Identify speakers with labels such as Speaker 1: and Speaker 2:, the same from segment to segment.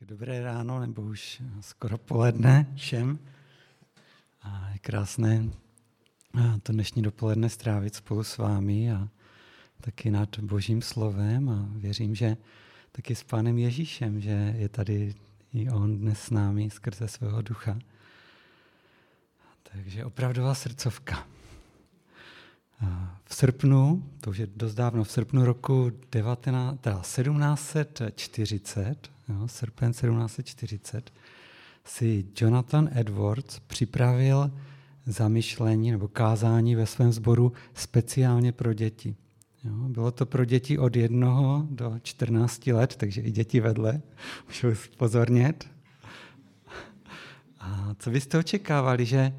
Speaker 1: Dobré ráno, nebo už skoro poledne všem. A je krásné to dnešní dopoledne strávit spolu s vámi a taky nad Božím slovem. A věřím, že taky s Pánem Ježíšem, že je tady i On dnes s námi skrze svého ducha. Takže opravdová srdcovka. V srpnu, to už je dost dávno, v srpnu roku 1740, srpen 1740, si Jonathan Edwards připravil zamyšlení nebo kázání ve svém sboru speciálně pro děti. Bylo to pro děti od 1 do 14 let, takže i děti vedle můžou pozornět. A co byste očekávali, že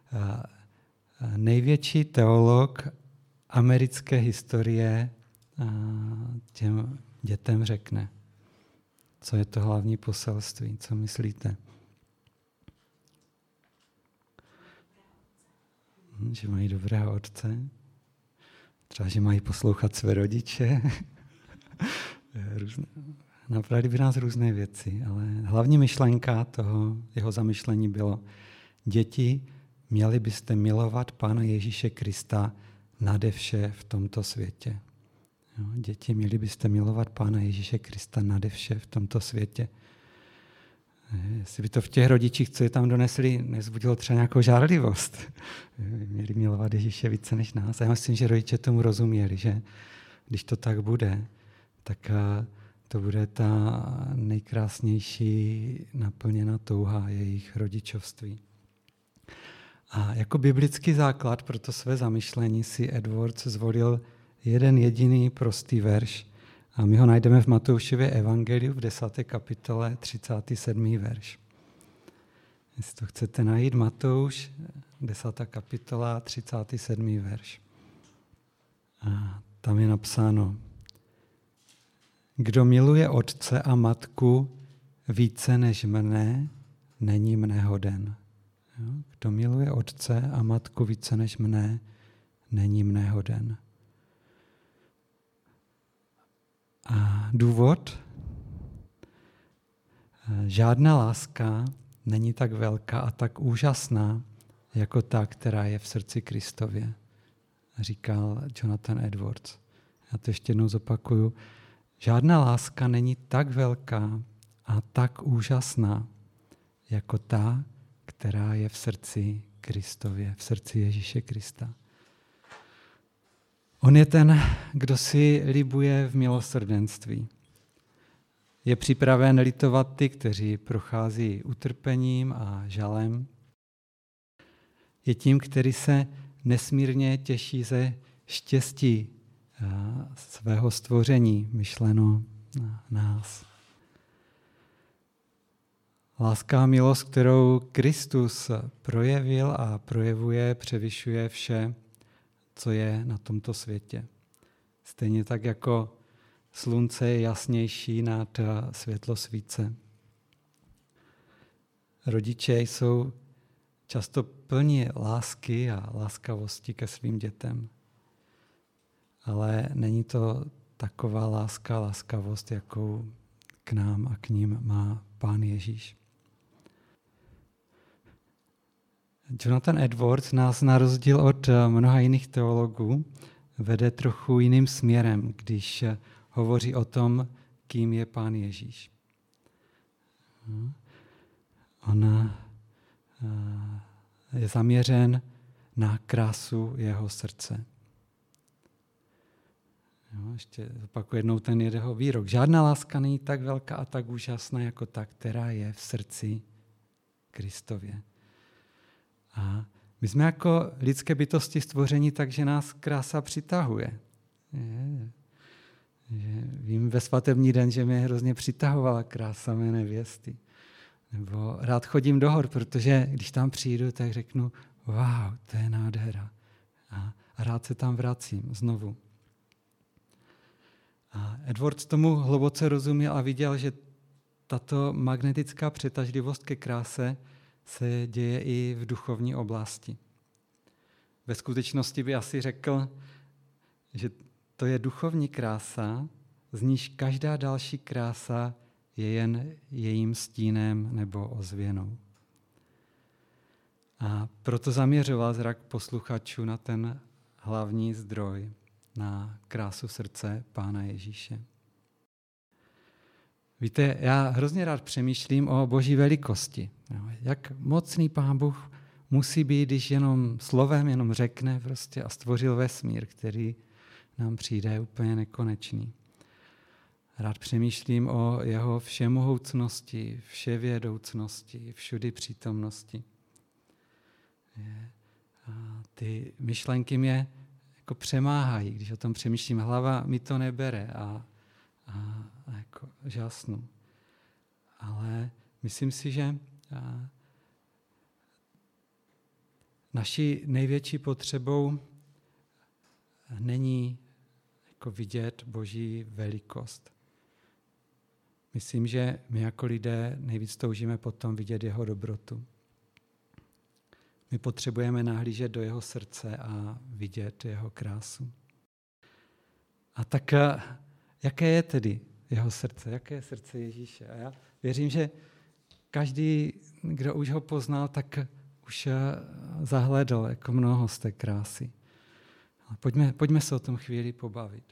Speaker 1: největší teolog americké historie těm dětem řekne? Co je to hlavní poselství? Co myslíte? Že mají dobrého otce? Třeba, že mají poslouchat své rodiče? Napadly by nás různé věci, ale hlavní myšlenka toho jeho zamyšlení bylo: děti, měli byste milovat Pána Ježíše Krista nade vše v tomto světě. Děti, měli byste milovat Pána Ježíše Krista nade vše v tomto světě. Jestli by to v těch rodičích, co je tam donesli, nezbudilo třeba nějakou žárlivost. Měli milovat Ježíše více než nás. A já myslím, že rodiče tomu rozuměli, že když to tak bude, tak to bude ta nejkrásnější naplněná touha jejich rodičovství. A jako biblický základ pro to své zamyšlení si Edwards zvolil jeden jediný prostý verš. A my ho najdeme v Matoušově evangeliu v 10. kapitole 37. verš. Jestli to chcete najít, Matouš, 10. kapitola, 37. verš. A tam je napsáno: Kdo miluje otce a matku více než mne, není mne hoden. Kdo miluje otce a matku více než mne, není mne hoden. A důvod? Žádná láska není tak velká a tak úžasná, jako ta, která je v srdci Kristově, říkal Jonathan Edwards. Já to ještě jednou zopakuju. Žádná láska není tak velká a tak úžasná, jako ta, která je v srdci Kristově, v srdci Ježíše Krista. On je ten, kdo si libuje v milosrdenství. Je připraven litovat ty, kteří prochází utrpením a žalem. Je tím, který se nesmírně těší ze štěstí svého stvoření, myšleno na nás. Láska a milost, kterou Kristus projevil a projevuje, převyšuje vše, co je na tomto světě. Stejně tak jako slunce je jasnější nad světlo svíce. Rodiče jsou často plní lásky a láskavosti ke svým dětem. Ale není to taková láska, láskavost, jakou k nám a k ním má Pán Ježíš. Jonathan Edwards nás na rozdíl od mnoha jiných teologů vede trochu jiným směrem, když hovoří o tom, kým je Pán Ježíš. On je zaměřen na krásu jeho srdce. Ještě opakuju jednou ten jeho výrok. Žádná láska není tak velká a tak úžasná, jako ta, která je v srdci Kristově. A my jsme jako lidské bytosti stvoření, takže nás krása přitahuje. Vím ve svatební den, že mě hrozně přitahovala krása mé nevěsty. Nebo rád chodím do hor, protože když tam přijdu, tak řeknu, wow, to je nádhera. A rád se tam vracím znovu. A Edwards tomu hluboce rozuměl a viděl, že tato magnetická přitažlivost ke kráse se děje i v duchovní oblasti. Ve skutečnosti by asi řekl, že to je duchovní krása, z níž každá další krása je jen jejím stínem nebo ozvěnou. A proto zaměřoval zrak posluchačů na ten hlavní zdroj, na krásu srdce Pána Ježíše. Víte, já hrozně rád přemýšlím o Boží velikosti. Jak mocný Pán Bůh musí být, když jenom slovem jenom řekne prostě a stvořil vesmír, který nám přijde úplně nekonečný. Rád přemýšlím o jeho všemohoucnosti, vševědoucnosti, všudy přítomnosti. A ty myšlenky mě jako přemáhají, když o tom přemýšlím. Hlava mi to nebere a jako žasnu. Ale myslím si, že naší největší potřebou není jako vidět Boží velikost. Myslím, že my jako lidé nejvíc toužíme potom vidět jeho dobrotu. My potřebujeme nahlížet do jeho srdce a vidět jeho krásu. A tak jaké je tedy jeho srdce? Jaké je srdce Ježíše? A já věřím, že každý, kdo už ho poznal, tak už zahledl jako mnoho z té krásy. Pojďme se o tom chvíli pobavit.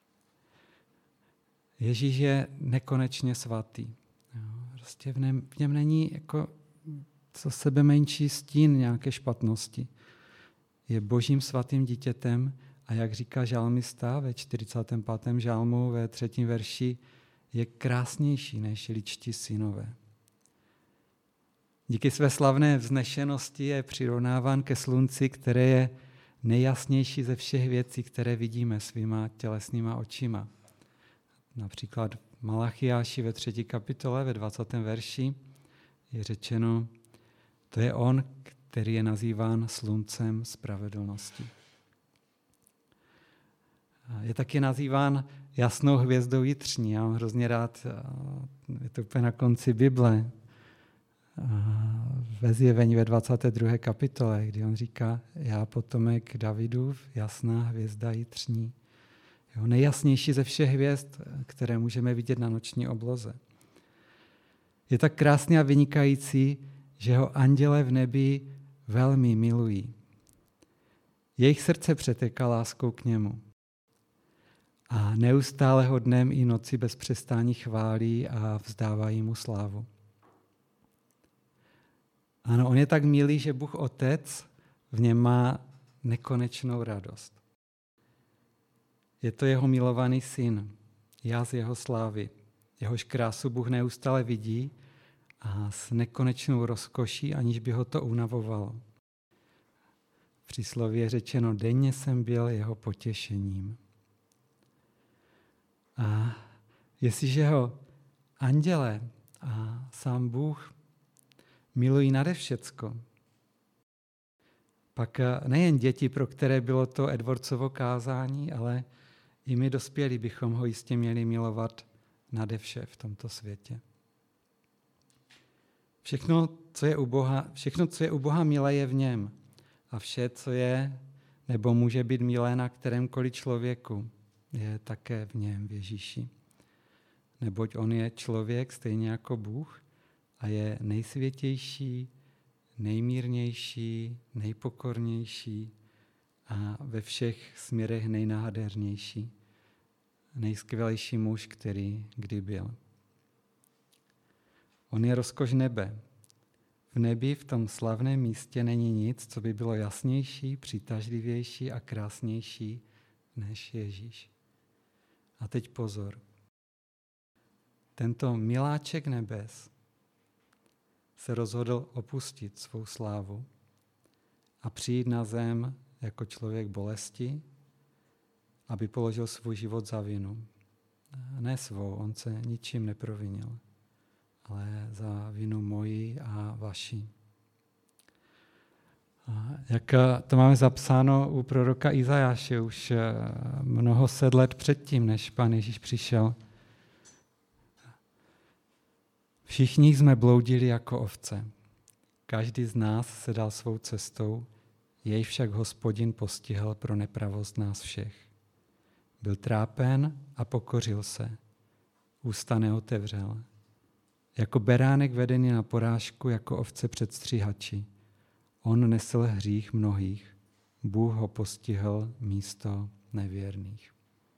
Speaker 1: Ježíš je nekonečně svatý. Prostě v něm není jako co sebe menší stín nějaké špatnosti. Je Božím svatým dítětem a jak říká žalmista ve 45. žalmu ve 3. verši, je krásnější než ličtí synové. Díky své slavné vznešenosti je přirovnáván ke slunci, které je nejjasnější ze všech věcí, které vidíme svýma tělesnýma očima. Například v Malachiáši ve 3. kapitole ve 20. verši je řečeno, to je on, který je nazýván sluncem spravedlnosti. Je taky nazýván jasnou hvězdou jitřní. Já mám hrozně rád, je to úplně na konci Bible, ve Zjevení ve 22. kapitole, kdy on říká, já potomek Davidův, jasná hvězda jitřní. Jo, nejjasnější ze všech hvězd, které můžeme vidět na noční obloze. Je tak krásný a vynikající, že ho anděle v nebi velmi milují. Jejich srdce přetéká láskou k němu. A neustále ho dnem i noci bez přestání chválí a vzdávají mu slávu. Ano, on je tak milý, že Bůh Otec v něm má nekonečnou radost. Je to jeho milovaný syn, jas jeho slávy. Jehož krásu Bůh neustále vidí a s nekonečnou rozkoší, aniž by ho to unavovalo. V přísloví je řečeno, denně jsem byl jeho potěšením. A jestliže ho anděle a sám Bůh milují nade všecko, pak nejen děti, pro které bylo to Edwardsovo kázání, ale i my dospělí bychom ho jistě měli milovat nade vše v tomto světě. Všechno, co je u Boha milé, je v něm. A vše, co je nebo může být milé na kterémkoliv člověku, je také v něm, v Ježíši. Neboť on je člověk stejně jako Bůh a je nejsvětější, nejmírnější, nejpokornější a ve všech směrech nejnádhernější, nejskvělejší muž, který kdy byl. On je rozkoš nebe. V nebi, v tom slavném místě, není nic, co by bylo jasnější, přitažlivější a krásnější než Ježíš. A teď pozor. Tento miláček nebes se rozhodl opustit svou slávu a přijít na zem jako člověk bolesti, aby položil svůj život za vinu. Ne svou, on se ničím neprovinil, ale za vinu moji a vaši. A jak to máme zapsáno u proroka Izajáše už mnoho set let předtím, než Pán Ježíš přišel. Všichni jsme bloudili jako ovce. Každý z nás se dal svou cestou, jej však Hospodin postihl pro nepravost nás všech. Byl trápen a pokořil se. Ústa neotevřel. Jako beránek vedený na porážku, jako ovce před stříhači. On nesl hřích mnohých. Bůh ho postihl místo nevěrných.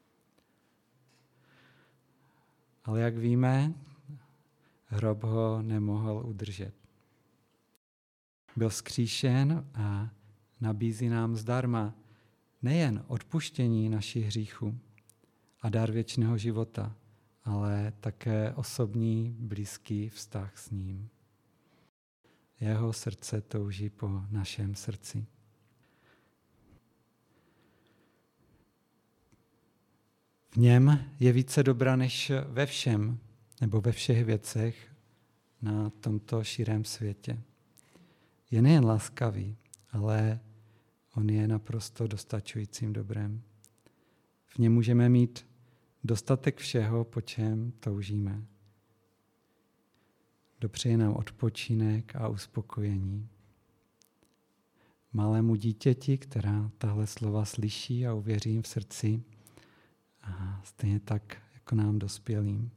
Speaker 1: Ale jak víme, hrob ho nemohl udržet. Byl vzkříšen a nabízí nám zdarma nejen odpuštění našich hříchů a dar věčného života, ale také osobní, blízký vztah s ním. Jeho srdce touží po našem srdci. V něm je více dobra než ve všem, nebo ve všech věcech na tomto širém světě. Je nejen laskavý, ale on je naprosto dostačujícím dobrem. V něm můžeme mít dostatek všeho, po čem toužíme. Dopřeje nám odpočinek a uspokojení. Malému dítěti, která tahle slova slyší a uvěří jim v srdci, a stejně tak jako nám dospělým.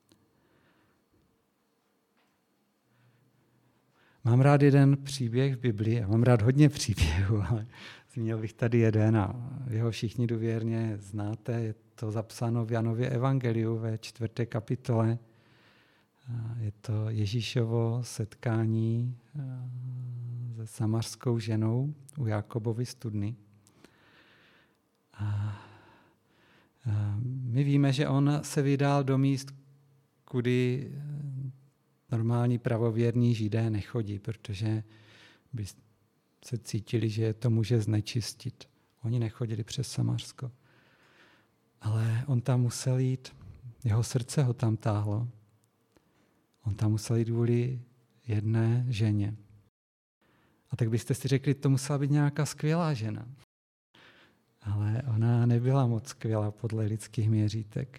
Speaker 1: Mám rád jeden příběh v Biblii, a mám rád hodně příběhů, ale zmínil bych tady jeden a jeho všichni důvěrně znáte. Je to zapsáno v Janově evangeliu ve 4. kapitole. Je to Ježíšovo setkání se samařskou ženou u Jakobovy studny. A my víme, že on se vydal do míst, kudy normální pravověrní Židé nechodí, protože by se cítili, že to může znečistit. Oni nechodili přes Samařsko. Ale on tam musel jít, jeho srdce ho tam táhlo. On tam musel jít kvůli jedné ženě. A tak byste si řekli, to musela být nějaká skvělá žena. Ale ona nebyla moc skvělá podle lidských měřítek.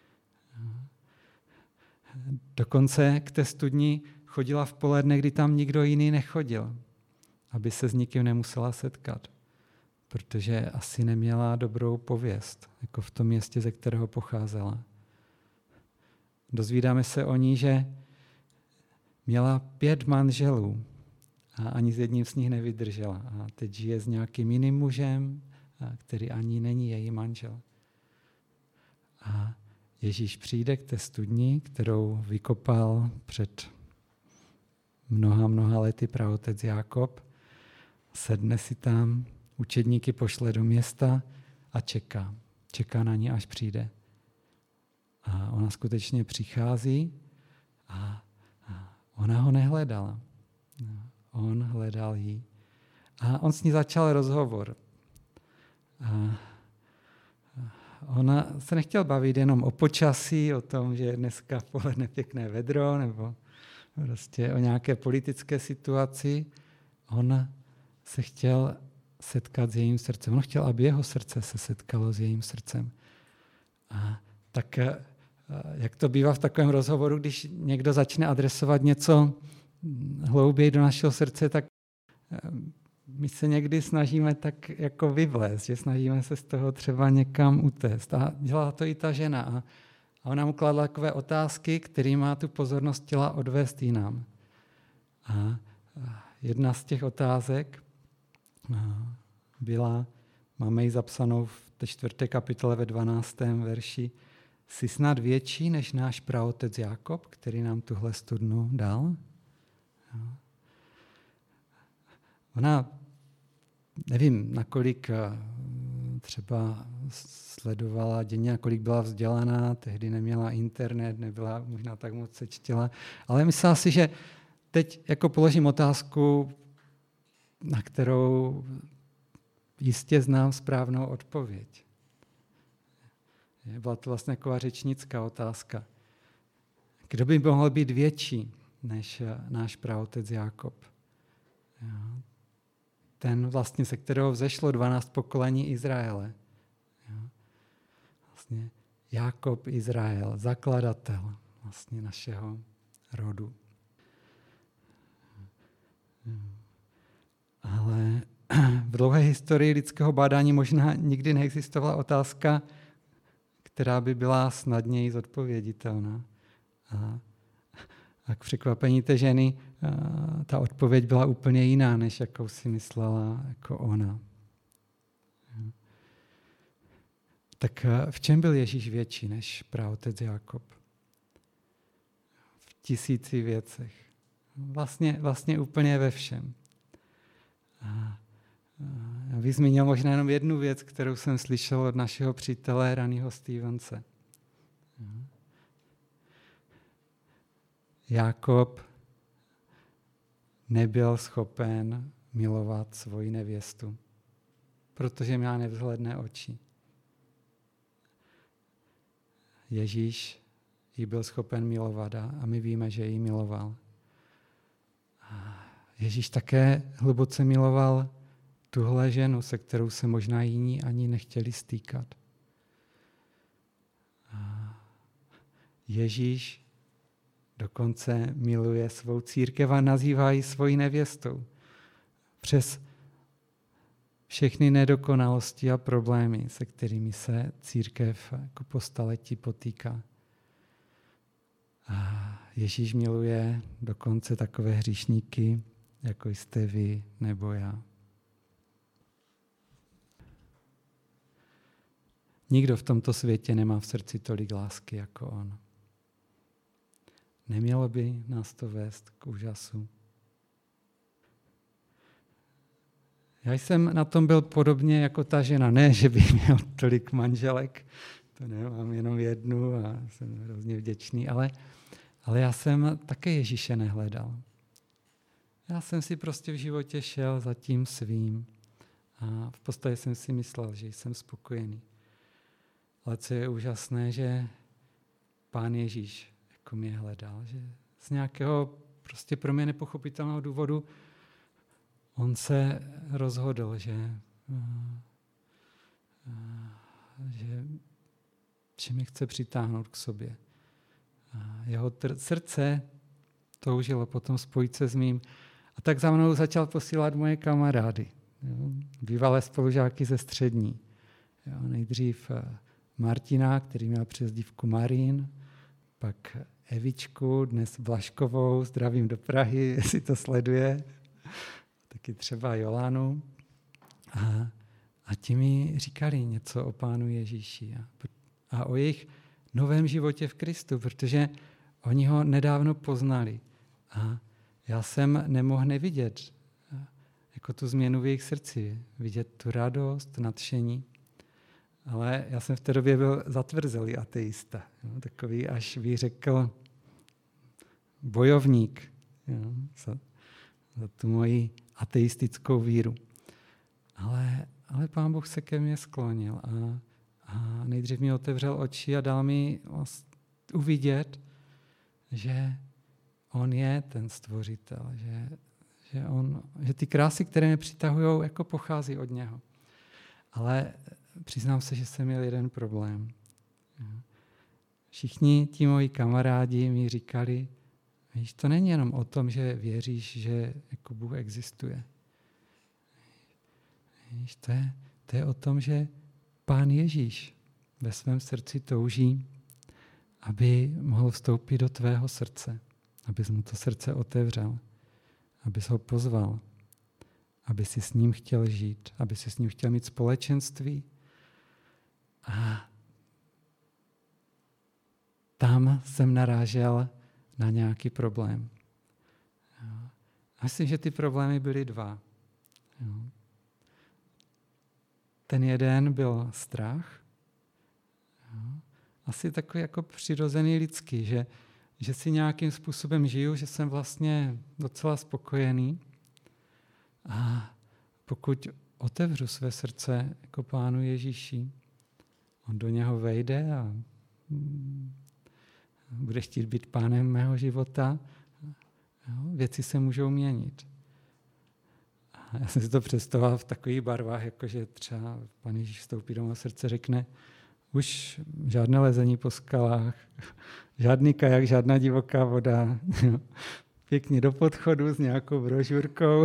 Speaker 1: Dokonce k té studni chodila v poledne, kdy tam nikdo jiný nechodil, aby se s nikým nemusela setkat, protože asi neměla dobrou pověst, jako v tom městě, ze kterého pocházela. Dozvídáme se o ní, že měla 5 manželů a ani s jedním z nich nevydržela. A teď žije s nějakým jiným mužem, který ani není její manžel. A Ježíš přijde k té studni, kterou vykopal před mnoha lety praotec Jákob, sedne si tam, učedníky pošle do města a čeká. Čeká na ní, až přijde. A ona skutečně přichází a ona ho nehledala. On hledal jí. A on s ní začal rozhovor. A ona se nechtěl bavit jenom o počasí, o tom, že je dneska v poledne pěkné vedro, nebo prostě o nějaké politické situaci. On se chtěl setkat s jejím srdcem. On chtěl, aby jeho srdce se setkalo s jejím srdcem. A tak, jak to bývá v takovém rozhovoru, když někdo začne adresovat něco hlouběji do našeho srdce, tak my se někdy snažíme tak jako vyvlézt, že snažíme se z toho třeba někam utéct. A dělala to i ta žena. A ona mu kladla takové otázky, kterými tu pozornost chtěla odvést jinam. A jedna z těch otázek byla, máme ji zapsanou v té 4. kapitole ve 12. verši, jsi snad větší než náš praotec Jákob, který nám tuhle studnu dal? Ona, nevím, nakolik třeba sledovala děně, nakolik byla vzdělaná, tehdy neměla internet, nebyla možná tak moc sečtěla, ale myslela si, že teď jako položím otázku, na kterou jistě znám správnou odpověď. Byla to vlastně taková řečnická otázka. Kdo by mohl být větší než náš praotec Jákob? Ten vlastně, se kterého vzešlo 12 pokolení Izraele. Vlastně Jákob Izrael, zakladatel vlastně našeho rodu. Ale v dlouhé historii lidského bádání možná nikdy neexistovala otázka, která by byla snadněji zodpověditelná. A k překvapení té ženy ta odpověď byla úplně jiná, než jakou si myslela jako ona. Tak v čem byl Ježíš větší než praotec Jákob? V 1000 věcech. Vlastně úplně ve všem. Já bych zmínil možná jenom jednu věc, kterou jsem slyšel od našeho přítele Rannyho Stevense. Jákob nebyl schopen milovat svoji nevěstu, protože měla nevzhledné oči. Ježíš ji byl schopen milovat a my víme, že ji miloval. Ježíš také hluboce miloval tuhle ženu, se kterou se možná jiní ani nechtěli stýkat. Ježíš dokonce miluje svou církev a nazývá ji svojí nevěstou. Přes všechny nedokonalosti a problémy, se kterými se církev jako po staletí potýká. A Ježíš miluje dokonce takové hříšníky, jako jste vy nebo já. Nikdo v tomto světě nemá v srdci tolik lásky jako on. Nemělo by nás to vést k úžasu. Já jsem na tom byl podobně jako ta žena. Ne, že bych měl tolik manželek, to nemám jenom jednu a jsem hrozně vděčný, ale já jsem také Ježíše nehledal. Já jsem si prostě v životě šel za tím svým a v podstatě jsem si myslel, že jsem spokojený. Ale co je úžasné, že Pán Ježíš jako mě hledal, že z nějakého prostě pro mě nepochopitelného důvodu on se rozhodl, že mě chce přitáhnout k sobě. Jeho srdce toužilo potom spojit se s mým a tak za mnou začal posílat moje kamarády, bývalé spolužáky ze střední. Nejdřív Martina, který měl přezdívku Marín, pak Evičku, dnes Blažkovou, zdravím do Prahy, jestli to sleduje, taky třeba Jolanu. A ti mi říkali něco o Pánu Ježíši a o jejich novém životě v Kristu, protože oni ho nedávno poznali. A já jsem nemohl nevidět jako tu změnu v jejich srdci, vidět tu radost, nadšení. Ale já jsem v té době byl zatvrzelý ateista, takový, až bych řekl, bojovník za tu moji ateistickou víru. Ale Pán Bůh se ke mně sklonil a nejdřív mi otevřel oči a dal mi uvidět, že on je ten stvořitel, že ty krásy, které mě přitahují, jako pochází od něho. Ale přiznám se, že jsem měl jeden problém. Všichni ti moji kamarádi mi říkali, víš, to není jenom o tom, že věříš, že jako Bůh existuje. Víš, to je o tom, že Pán Ježíš ve svém srdci touží, aby mohl vstoupit do tvého srdce, abys mu to srdce otevřel, abys ho pozval, aby si s ním chtěl žít, aby si s ním chtěl mít společenství. A tam jsem narážel na nějaký problém. Myslím, že ty problémy byly dva. Ten jeden byl strach, asi takový jako přirozený lidský, že si nějakým způsobem žiju, že jsem vlastně docela spokojený. A pokud otevřu své srdce jako Pánu Ježíši, on do něho vejde a bude chtít být pánem mého života, věci se můžou měnit. A já jsem si to představoval v takových barvách, jakože třeba Pán Ježíš vstoupí do mého srdce, řekne, už žádné lezení po skalách, žádný kajak, žádná divoká voda, pěkně do podchodu s nějakou brožurkou.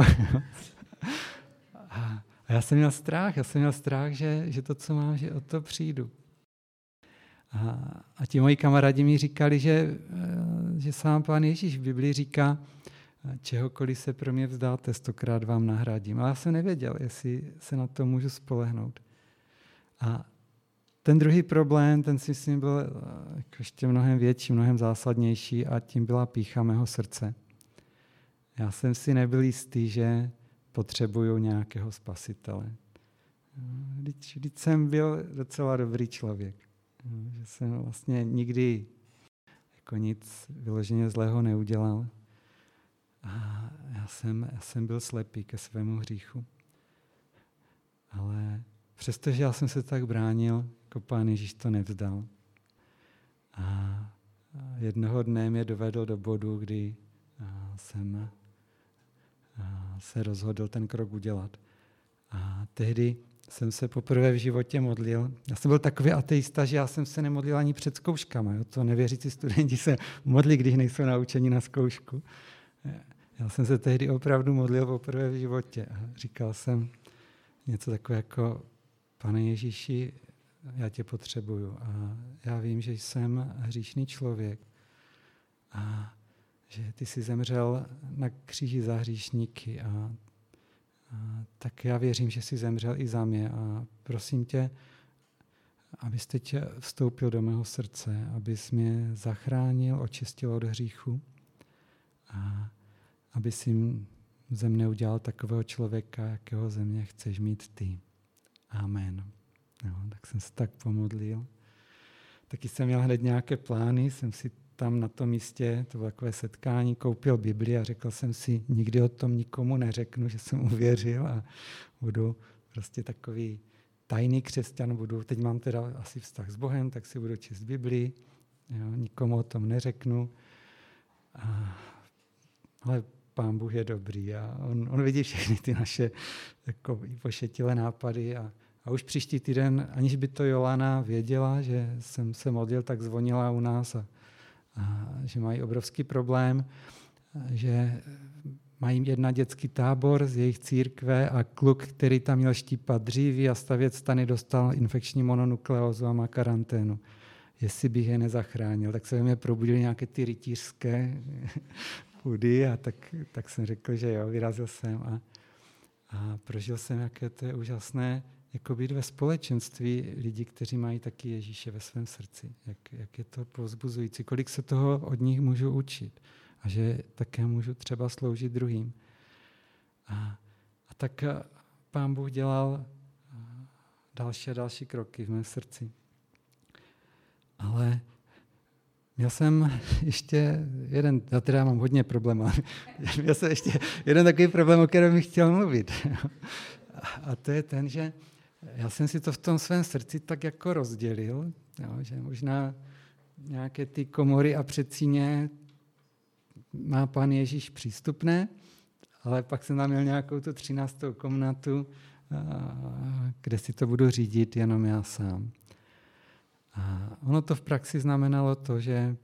Speaker 1: A já jsem měl strach, že to, co mám, že o to přijdu. A ti moji kamarádi mi říkali, že sám Pán Ježíš v Biblii říká, čehokoliv se pro mě vzdáte, 100krát vám nahradím. Ale já jsem nevěděl, jestli se na to můžu spolehnout. A ten druhý problém, ten si myslím byl jako ještě mnohem větší, mnohem zásadnější a tím byla pýcha mého srdce. Já jsem si nebyl jistý, že potřebuju nějakého spasitele. Vždyť jsem byl docela dobrý člověk. Že jsem vlastně nikdy jako nic vyloženě zlého neudělal. A já jsem byl slepý ke svému hříchu. Ale přestože já jsem se tak bránil, jako Pán Ježíš to nevzdal. A jednoho dne mě dovedl do bodu, kdy jsem se rozhodl ten krok udělat. A tehdy jsem se poprvé v životě modlil. Já jsem byl takový ateista, že já jsem se nemodlil ani před zkouškama. Jo? To nevěřící studenti se modlí, když nejsou naučeni na zkoušku. Já jsem se tehdy opravdu modlil poprvé v životě. A říkal jsem něco takové jako, Pane Ježíši, já tě potřebuju. A já vím, že jsem hříšný člověk. A že ty jsi zemřel na kříži za hříšníky. A tak já věřím, že jsi zemřel i za mě. A prosím tě, abys teď vstoupil do mého srdce, abys mě zachránil, očistil od hříchu. A aby si ze mne udělal takového člověka, jakého ze mě chceš mít ty. Amen. Jo, tak jsem se tak pomodlil. Taky jsem měl hned nějaké plány, jsem si tam na tom místě, to bylo takové setkání, koupil Bibli a řekl jsem si, nikdy o tom nikomu neřeknu, že jsem uvěřil a budu prostě takový tajný křesťan, teď mám teda asi vztah s Bohem, tak si budu číst Bibli, jo, nikomu o tom neřeknu. Ale Pán Bůh je dobrý a on vidí všechny ty naše jako pošetilé nápady a už příští týden, aniž by to Jolana věděla, že jsem se modlil, tak zvonila u nás a že mají obrovský problém, že mají jedna dětský tábor z jejich církve a kluk, který tam měl štípat dříví a stavět stany, dostal infekční mononukleózu a má karanténu. Jestli bych je nezachránil, tak se ve mě probudily nějaké ty rytířské pudy a tak jsem řekl, že jo, vyrazil jsem a prožil jsem, jaké to je úžasné, jako být ve společenství lidí, kteří mají taky Ježíše ve svém srdci. Jak je to povzbuzující, kolik se toho od nich můžu učit a že také můžu třeba sloužit druhým. A tak Pán Bůh dělal další a další kroky v mém srdci. Ale měl jsem ještě jeden, já teda mám hodně problémů, měl jsem ještě jeden takový problém, o kterém bych chtěl mluvit. A to je ten, že já jsem si to v tom svém srdci tak jako rozdělil, jo, že možná nějaké ty komory a předsíně má Pán Ježíš přístupné, ale pak jsem tam měl nějakou tu 13. komnatu, kde si to budu řídit jenom já sám. A ono to v praxi znamenalo to, že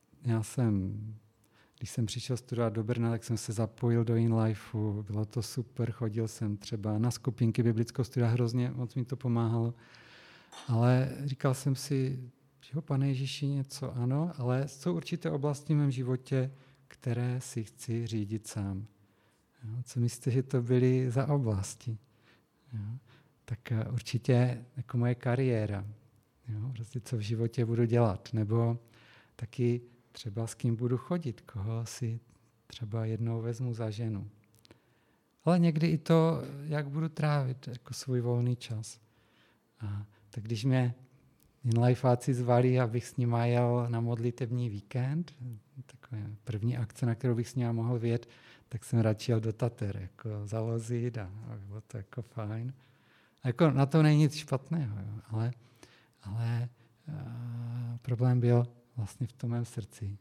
Speaker 1: když jsem přišel studovat do Brna, tak jsem se zapojil do InLifeu, bylo to super, chodil jsem třeba na skupinky biblického studia, hrozně moc mi to pomáhalo. Ale říkal jsem si, že Pane Ježíši, něco ano, ale jsou určité oblasti v mém životě, které si chci řídit sám. Jo, co myslíte, že to byly za oblasti? Jo, tak určitě jako moje kariéra. Jo, prostě co v životě budu dělat, nebo taky třeba s kým budu chodit, koho si třeba jednou vezmu za ženu. Ale někdy i to, jak budu trávit jako svůj volný čas. Tak když mě InLifeáci zvali, abych s nima jel na modlitební víkend, taková první akce, na kterou bych s nima mohl vyjet, tak jsem radši jel do Tater, jako zavozit a bylo to jako fajn. A jako na to není nic špatného, jo, ale problém byl vlastně v tom mém srdci.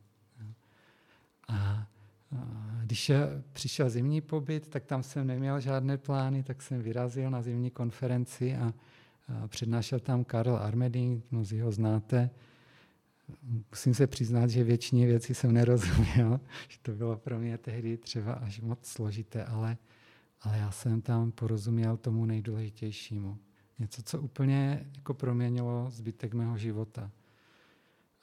Speaker 1: A když přišel zimní pobyt, tak tam jsem neměl žádné plány, tak jsem vyrazil na zimní konferenci a přednášel tam Karl Armeding, mnozí ho znáte. Musím se přiznat, že většině věcí jsem nerozuměl, že to bylo pro mě tehdy třeba až moc složité, ale já jsem tam porozuměl tomu nejdůležitějšímu. Něco, co úplně jako proměnilo zbytek mého života.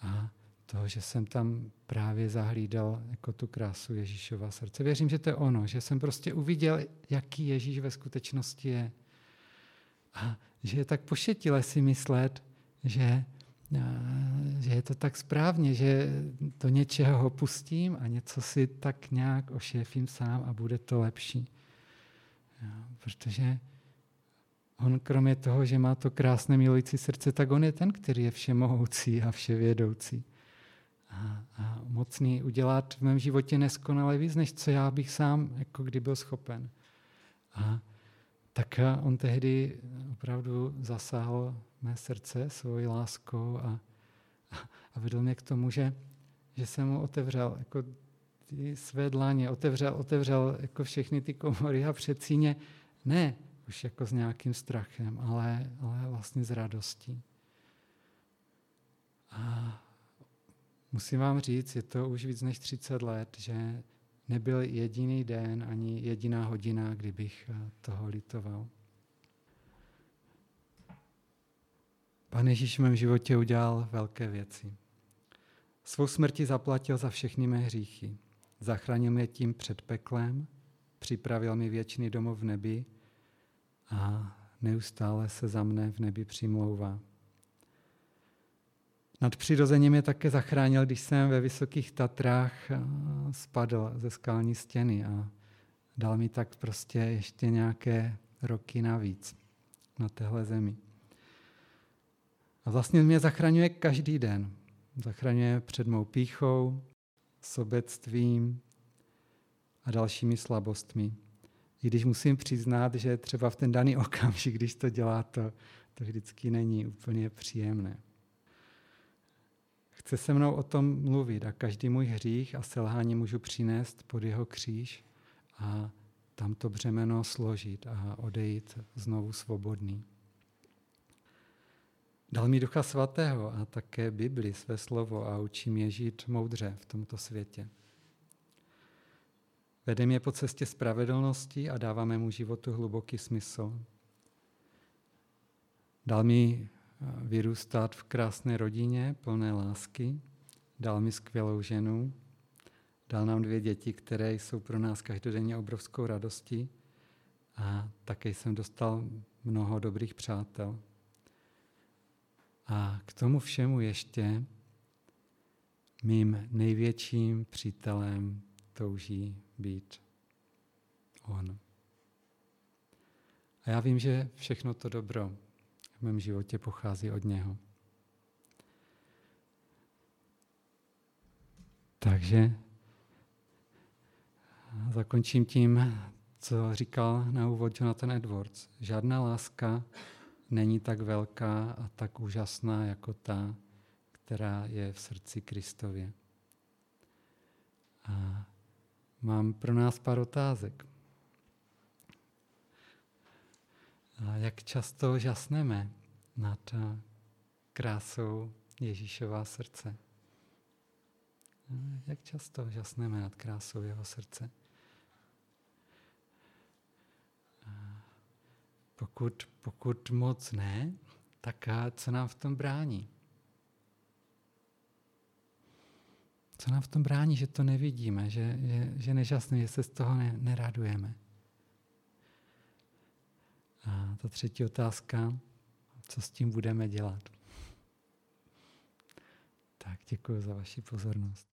Speaker 1: a toho, že jsem tam právě zahlídal jako tu krásu Ježíšova srdce. Věřím, že to je ono, že jsem prostě uviděl, jaký Ježíš ve skutečnosti je. A že je tak pošetilé si myslet, že je to tak správně, že do něčeho ho pustím a něco si tak nějak ošéfím sám a bude to lepší. Protože on kromě toho, že má to krásné milující srdce, tak on je ten, který je všemohoucí a vševědoucí. A mocný udělat v mém životě neskonale víc, než co já bych sám jako kdy byl schopen. A tak on tehdy opravdu zasáhl mé srdce svojí láskou a vedl mě k tomu, že jsem mu otevřel jako ty své dlaně, otevřel jako všechny ty komory a předsíně, ne už jako s nějakým strachem, ale vlastně s radostí. A musím vám říct, je to už víc než 30 let, že nebyl jediný den ani jediná hodina, kdybych toho litoval. Pán Ježíš v mém životě udělal velké věci. Svou smrtí zaplatil za všechny mé hříchy. Zachránil mě tím před peklem, připravil mi věčný domov v nebi a neustále se za mne v nebi přimlouvá. Nadpřirozeně mě také zachránil, když jsem ve Vysokých Tatrách spadl ze skalní stěny a dal mi tak prostě ještě nějaké roky navíc na téhle zemi. A vlastně mě zachraňuje každý den. Zachraňuje před mou pýchou, sobectvím a dalšími slabostmi. I když musím přiznat, že třeba v ten daný okamžik, když to dělá, to vždycky není úplně příjemné. Chce se mnou o tom mluvit a každý můj hřích a selhání můžu přinést pod jeho kříž a tam to břemeno složit a odejít znovu svobodný. Dal mi Ducha Svatého a také Bibli, své slovo a učí mě žít moudře v tomto světě. Vede mě po cestě spravedlnosti a dává mému životu hluboký smysl. Dal mi vyrůstat v krásné rodině, plné lásky, dal mi skvělou ženu, dal nám 2 děti, které jsou pro nás každodenně obrovskou radostí a také jsem dostal mnoho dobrých přátel. A k tomu všemu ještě mým největším přítelem touží být on. A já vím, že všechno to dobro v mém životě pochází od něho. Takže zakončím tím, co říkal na úvod Jonathan Edwards. Žádná láska není tak velká a tak úžasná jako ta, která je v srdci Kristově. A mám pro nás pár otázek. A jak často žasneme nad krásou Ježíšova srdce? Jak často žasneme nad krásou jeho srdce? Pokud moc ne, tak co nám v tom brání? Co nám v tom brání, že to nevidíme, že nežasneme, že se z toho neradujeme? A ta třetí otázka, co s tím budeme dělat? Tak děkuji za vaši pozornost.